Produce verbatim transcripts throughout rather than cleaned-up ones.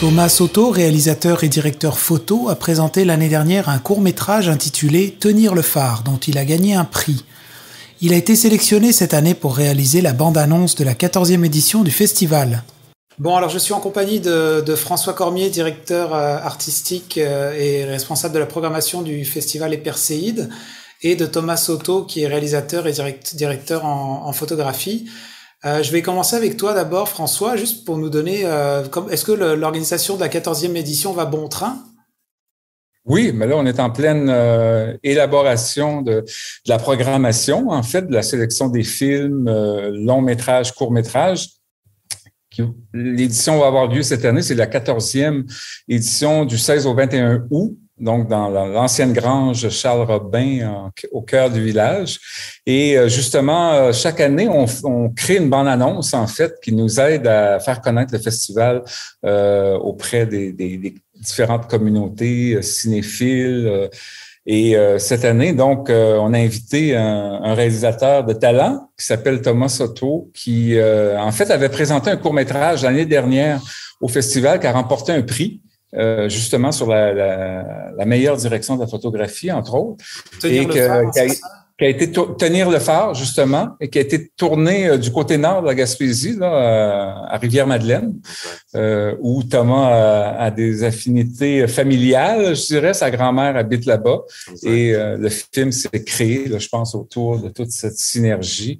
Thomas Soto, réalisateur et directeur photo, a présenté l'année dernière un court-métrage intitulé « Tenir le phare » dont il a gagné un prix. Il a été sélectionné cette année pour réaliser la bande-annonce de la quatorzième édition du festival. Bon, alors je suis en compagnie de, de François Cormier, directeur euh, artistique euh, et responsable de la programmation du festival Les Perséides, et de Thomas Soto, qui est réalisateur et direct, directeur en, en photographie. Euh, je vais commencer avec toi d'abord, François, juste pour nous donner... Euh, comme, est-ce que le, l'organisation de la quatorzième édition va bon train? Oui, mais là, on est en pleine euh, élaboration de, de la programmation, en fait, de la sélection des films, euh, longs métrages, courts métrages. L'édition va avoir lieu cette année, c'est la quatorzième édition du seize au vingt et un août, donc dans l'ancienne grange Charles Robin, en, au cœur du village. Et justement, chaque année, on, on crée une bande-annonce, en fait, qui nous aide à faire connaître le festival euh, auprès des, des, des différentes communautés euh, cinéphiles. Euh, Et euh, cette année, donc, euh, on a invité un, un réalisateur de talent qui s'appelle Thomas Soto, qui, euh, en fait, avait présenté un court-métrage l'année dernière au festival, qui a remporté un prix, euh, justement, sur la, la, la meilleure direction de la photographie, entre autres. Tenir et le que, phare, qui a, qui a été tour- tenir le phare, justement, et qui a été tourné euh, du côté nord de la Gaspésie, là, à, à Rivière-Madeleine, euh, où Thomas a, a des affinités familiales, je dirais. Sa grand-mère habite là-bas. Exact. Et euh, le film s'est créé, là, je pense, autour de toute cette synergie.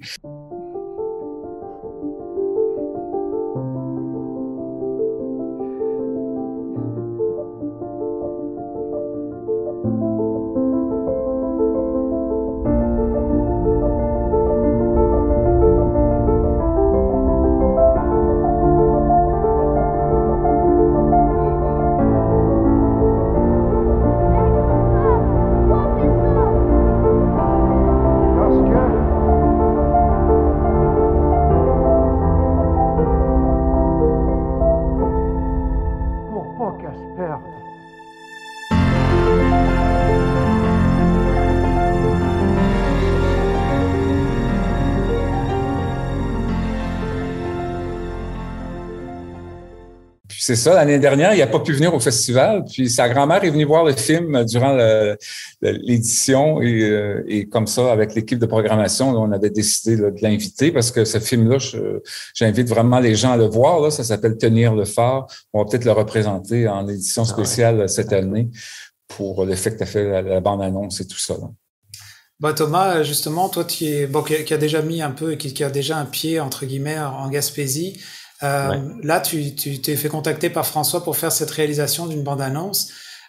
C'est ça, l'année dernière, il n'a pas pu venir au festival. Puis sa grand-mère est venue voir le film durant le, l'édition et, euh, et comme ça, avec l'équipe de programmation, là, on avait décidé là, de l'inviter parce que ce film-là, je, j'invite vraiment les gens à le voir. Là, ça s'appelle Tenir le phare. On va peut-être le représenter en édition spéciale ah ouais. cette année pour l'effet que tu as fait la, la bande-annonce et tout ça. Là. Bah Thomas, justement, toi qui, est, bon, qui, qui a déjà mis un peu, qui, qui a déjà un pied, entre guillemets, en Gaspésie, Euh, ouais. Là, tu, tu t'es fait contacter par François pour faire cette réalisation d'une bande-annonce.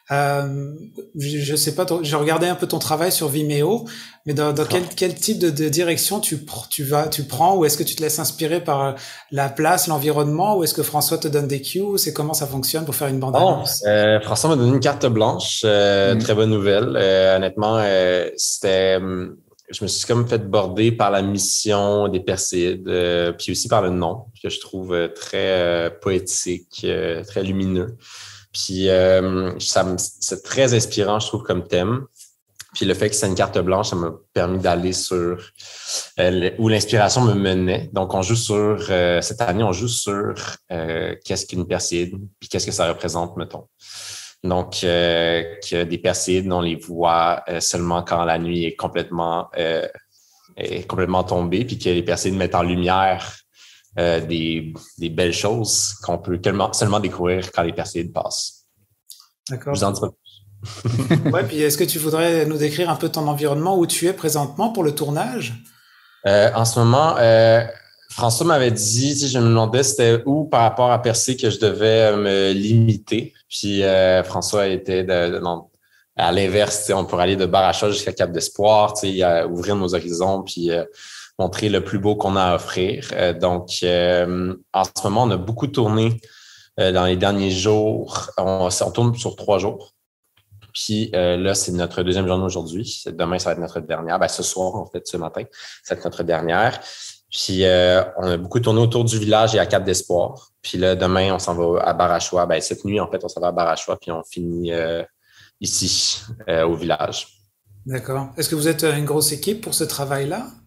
Euh, je, je sais pas, j'ai regardé un peu ton travail sur Vimeo, mais dans, dans quel, quel type de, de direction tu, tu vas, tu prends, ou est-ce que tu te laisses inspirer par la place, l'environnement, ou est-ce que François te donne des cues? C'est comment ça fonctionne pour faire une bande-annonce? Oh, euh, François m'a donné une carte blanche, euh, mmh. très bonne nouvelle. Euh, honnêtement, euh, c'était je me suis comme fait border par la mission des Perséides, euh, puis aussi par le nom, que je trouve très euh, poétique, euh, très lumineux. Puis euh, ça me, c'est très inspirant, je trouve, comme thème. Puis le fait que c'est une carte blanche, ça m'a permis d'aller sur euh, où l'inspiration me menait. Donc, on joue sur, euh, cette année, on joue sur euh, qu'est-ce qu'une Perséide, puis qu'est-ce que ça représente, mettons. Donc, euh, que des Perséides, on les voit euh, seulement quand la nuit est complètement, euh, est complètement tombée, puis que les Perséides mettent en lumière euh, des, des belles choses qu'on peut seulement découvrir quand les Perséides passent. D'accord. Je vous en dis pas plus. Ouais, puis est-ce que tu voudrais nous décrire un peu ton environnement, où tu es présentement pour le tournage? Euh, en ce moment, euh, François m'avait dit, si je me demandais c'était où par rapport à Percé que je devais me limiter. Puis euh, François était de, de, non, à l'inverse, on pourrait aller de Barachois jusqu'à Cap d'Espoir, à ouvrir nos horizons puis euh, montrer le plus beau qu'on a à offrir. Euh, donc, euh, en ce moment, on a beaucoup tourné euh, dans les derniers jours. On, on tourne sur trois jours. Puis euh, là, c'est notre deuxième journée aujourd'hui. Demain, ça va être notre dernière. Ben, ce soir, en fait, ce matin, ça va être notre dernière. Puis, euh, on a beaucoup tourné autour du village et à Cap d'Espoir. Puis là, demain, on s'en va à Barachois. Ben, cette nuit, en fait, on s'en va à Barachois, puis on finit euh, ici, euh, au village. D'accord. Est-ce que vous êtes une grosse équipe pour ce travail-là?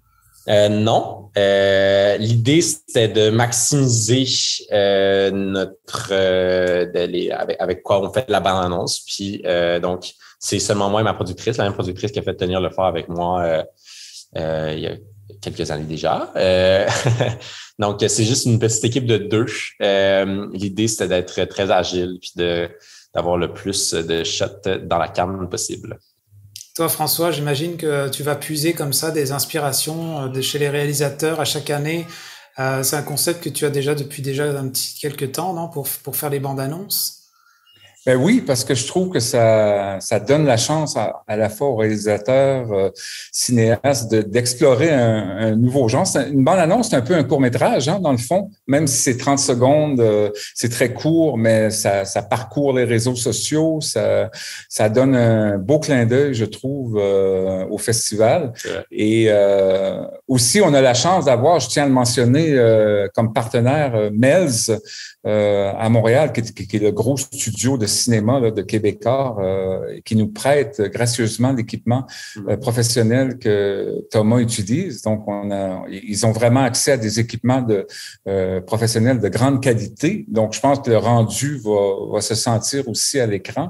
Euh, non. Euh, l'idée, c'était de maximiser euh, notre euh, de les, avec, avec quoi on fait la bande-annonce. Puis euh, donc, c'est seulement moi et ma productrice, la même productrice qui a fait tenir le phare avec moi euh, euh, il y a quelques années déjà. Euh, donc, c'est juste une petite équipe de deux. Euh, l'idée, c'était d'être très agile puis de d'avoir le plus de shots dans la cam possible. Toi, François, j'imagine que tu vas puiser comme ça des inspirations de chez les réalisateurs à chaque année. Euh, c'est un concept que tu as déjà depuis déjà un petit quelques temps, non, pour pour faire les bandes annonces. Ben oui, parce que je trouve que ça, ça donne la chance à, à la fois aux réalisateurs, euh, cinéastes, de, d'explorer un, un nouveau genre. C'est une bande-annonce, c'est un peu un court-métrage, hein, dans le fond. Même si c'est trente secondes, euh, c'est très court, mais ça, ça parcourt les réseaux sociaux. Ça, ça donne un beau clin d'œil, je trouve, euh, au festival. Ouais. Et euh, aussi, on a la chance d'avoir, je tiens à le mentionner, euh, comme partenaire, euh, Melz, euh, à Montréal, qui, qui, qui est le gros studio de cinéma là, de Québécois, euh, qui nous prête gracieusement l'équipement euh, professionnel que Thomas utilise. Donc, on a, ils ont vraiment accès à des équipements de euh, professionnels de grande qualité. Donc, je pense que le rendu va, va se sentir aussi à l'écran.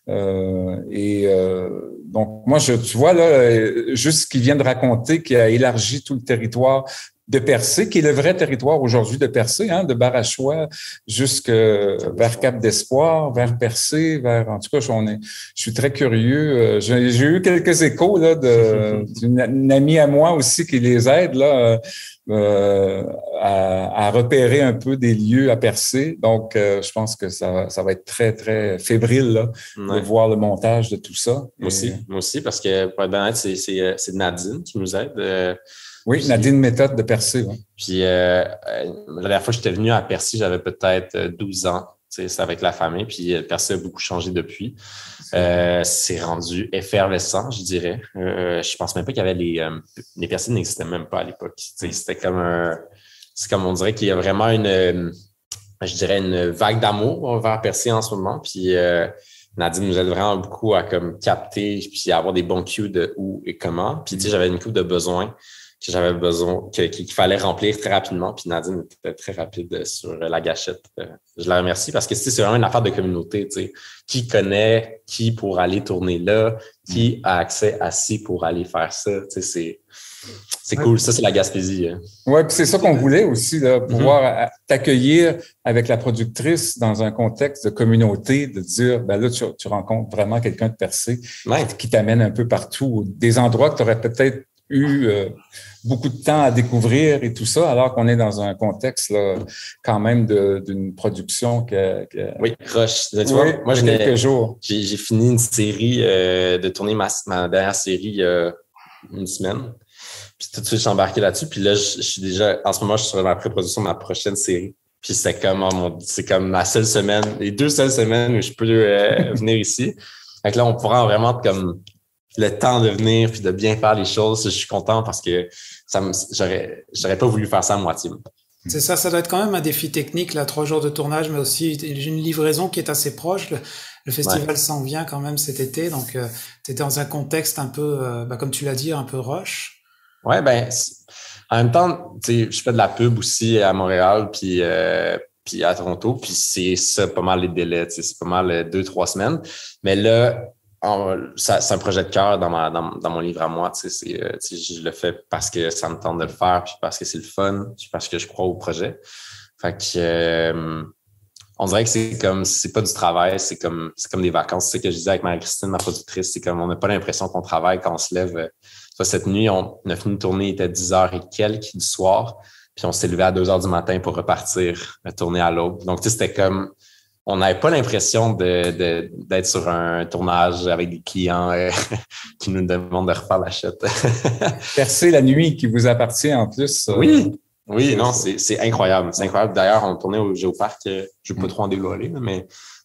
Euh, et euh, donc, moi, je, tu vois là, juste ce qu'il vient de raconter, qui a élargi tout le territoire de Percé, qui est le vrai territoire aujourd'hui de Percé, hein, de Barachois jusque vers Cap d'Espoir, vers Percé, vers, en tout cas, on est, je suis très curieux. J'ai, j'ai eu quelques échos, là, de, d'une une amie à moi aussi qui les aide, là, euh, à, à repérer un peu des lieux à Percé. Donc, euh, je pense que ça, ça va être très, très fébrile, là, ouais. de voir le montage de tout ça. Moi Et... aussi, moi aussi, parce que, pour être honnête, c'est, c'est, c'est Nadine qui nous aide. Euh, Oui, puis, Nadine Méthode de Percé. Ouais. Puis euh, la dernière fois que j'étais venu à Percé, j'avais peut-être douze ans. C'est avec la famille. Puis Percé a beaucoup changé depuis. Euh, c'est rendu effervescent, je dirais. Euh, je pense même pas qu'il y avait les... Euh, les Percé n'existaient même pas à l'époque. T'sais, c'était comme un... C'est comme on dirait qu'il y a vraiment une... Je dirais une vague d'amour vers Percé en ce moment. Puis... Euh, Nadine nous aide vraiment beaucoup à comme capter puis à avoir des bons cues de où et comment. Puis tu sais, j'avais une couple de besoins que j'avais besoin, que, qu'il fallait remplir très rapidement. Puis Nadine était très rapide sur la gâchette. Je la remercie parce que c'est vraiment une affaire de communauté. Tu sais, qui connaît qui pour aller tourner là, qui a accès à ci pour aller faire ça. Tu sais, c'est c'est ouais. cool. Ça, c'est la Gaspésie. Hein. Oui, puis c'est ça qu'on voulait aussi, là, pouvoir mm-hmm. t'accueillir avec la productrice dans un contexte de communauté, de dire, ben là, tu, tu rencontres vraiment quelqu'un de Percé ouais. qui t'amène un peu partout, des endroits que tu aurais peut-être eu euh, beaucoup de temps à découvrir et tout ça, alors qu'on est dans un contexte là, quand même de, d'une production que, que... Oui, Roche. Tu vois, oui, moi, j'ai quelques jours. J'ai, j'ai fini une série, euh, de tourner ma, ma dernière série il euh, y a une semaine. Puis tout de suite, je suis embarqué là-dessus. Puis là, je, je suis déjà, en ce moment, je suis sur la pré-production de ma prochaine série. Puis c'est comme, oh mon, c'est comme ma seule semaine, les deux seules semaines où je peux euh, venir ici. Fait que là, on pourra vraiment comme le temps de venir puis de bien faire les choses. Je suis content parce que ça me, j'aurais, j'aurais pas voulu faire ça à moitié. C'est ça, ça doit être quand même un défi technique, là, trois jours de tournage, mais aussi une livraison qui est assez proche. Le, le festival ouais. s'en vient quand même cet été, donc euh, tu es dans un contexte un peu, euh, bah, comme tu l'as dit, un peu rush. Ouais, ben, en même temps, tu sais, je fais de la pub aussi à Montréal, puis euh, puis à Toronto, puis c'est ça pas mal les délais, tu sais, c'est pas mal deux, trois semaines. Mais là, on, ça, c'est un projet de cœur dans ma dans, dans mon livre à moi, tu sais, c'est, euh, tu sais, je le fais parce que ça me tente de le faire, puis parce que c'est le fun, puis parce que je crois au projet. Fait que euh, on dirait que c'est comme, c'est pas du travail, c'est comme c'est comme des vacances. C'est ce que je disais avec Marie-Christine, ma productrice, c'est comme on n'a pas l'impression qu'on travaille quand on se lève. Cette nuit, on a fini de tourner, il était dix heures et quelques du soir, puis on s'est levé à deux heures du matin pour repartir, tourner à l'aube. Donc, tu sais, c'était comme, on n'avait pas l'impression de, de, d'être sur un tournage avec des clients euh, qui nous demandent de refaire la chute. Percer la nuit qui vous appartient en plus. Euh, oui, oui, non, c'est, c'est incroyable. C'est incroyable. D'ailleurs, on tournait au Géoparc, je ne veux pas trop en dévoiler, mais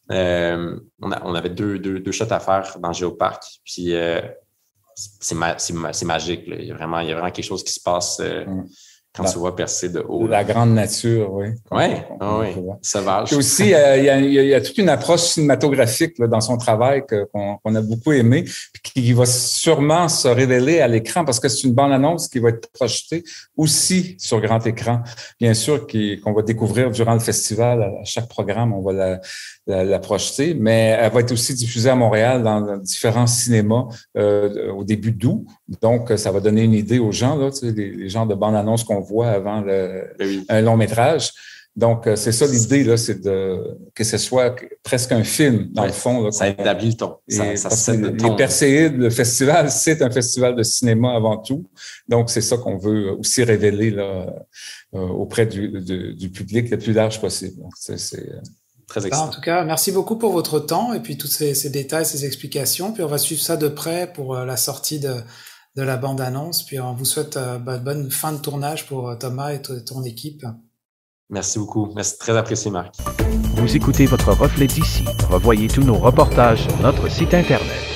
euh, on, a, on avait deux, deux, deux shots à faire dans le Géoparc, puis euh, C'est, ma, c'est, ma, c'est magique. Là. Il y a vraiment, il y a vraiment quelque chose qui se passe euh, mm. Quand la, tu vois percer de haut. La grande nature, oui. Oui, oh, oui. Sauvage. Puis aussi, euh, il, y a, il y a toute une approche cinématographique là, dans son travail que, qu'on, qu'on a beaucoup aimé, puis qui va sûrement se révéler à l'écran parce que c'est une bande-annonce qui va être projetée aussi sur grand écran. Bien sûr, qui, qu'on va découvrir durant le festival. À chaque programme, on va la, la, la projeter, mais elle va être aussi diffusée à Montréal dans différents cinémas euh, au début d'août. Donc, ça va donner une idée aux gens, là, tu sais, les, les genres de bandes-annonces qu'on voit avant le, oui. un long métrage. Donc, c'est ça l'idée, là, c'est de que ce soit presque un film, dans ouais, le fond. Là, ça établit le ton. Ça, ça set le ton. Les Perséides, le festival, c'est un festival de cinéma avant tout. Donc, c'est ça qu'on veut aussi révéler là, euh, auprès du, du, du public le plus large possible. Donc, c'est, c'est très excitant. En tout cas, merci beaucoup pour votre temps et puis tous ces, ces détails, ces explications. Puis on va suivre ça de près pour la sortie de de la bande-annonce, puis on vous souhaite euh, bah, bonne fin de tournage pour euh, Thomas et t- ton équipe. Merci beaucoup. Merci, très apprécié, Marc. Vous écoutez votre reflet d'ici. Revoyez tous nos reportages sur notre site Internet.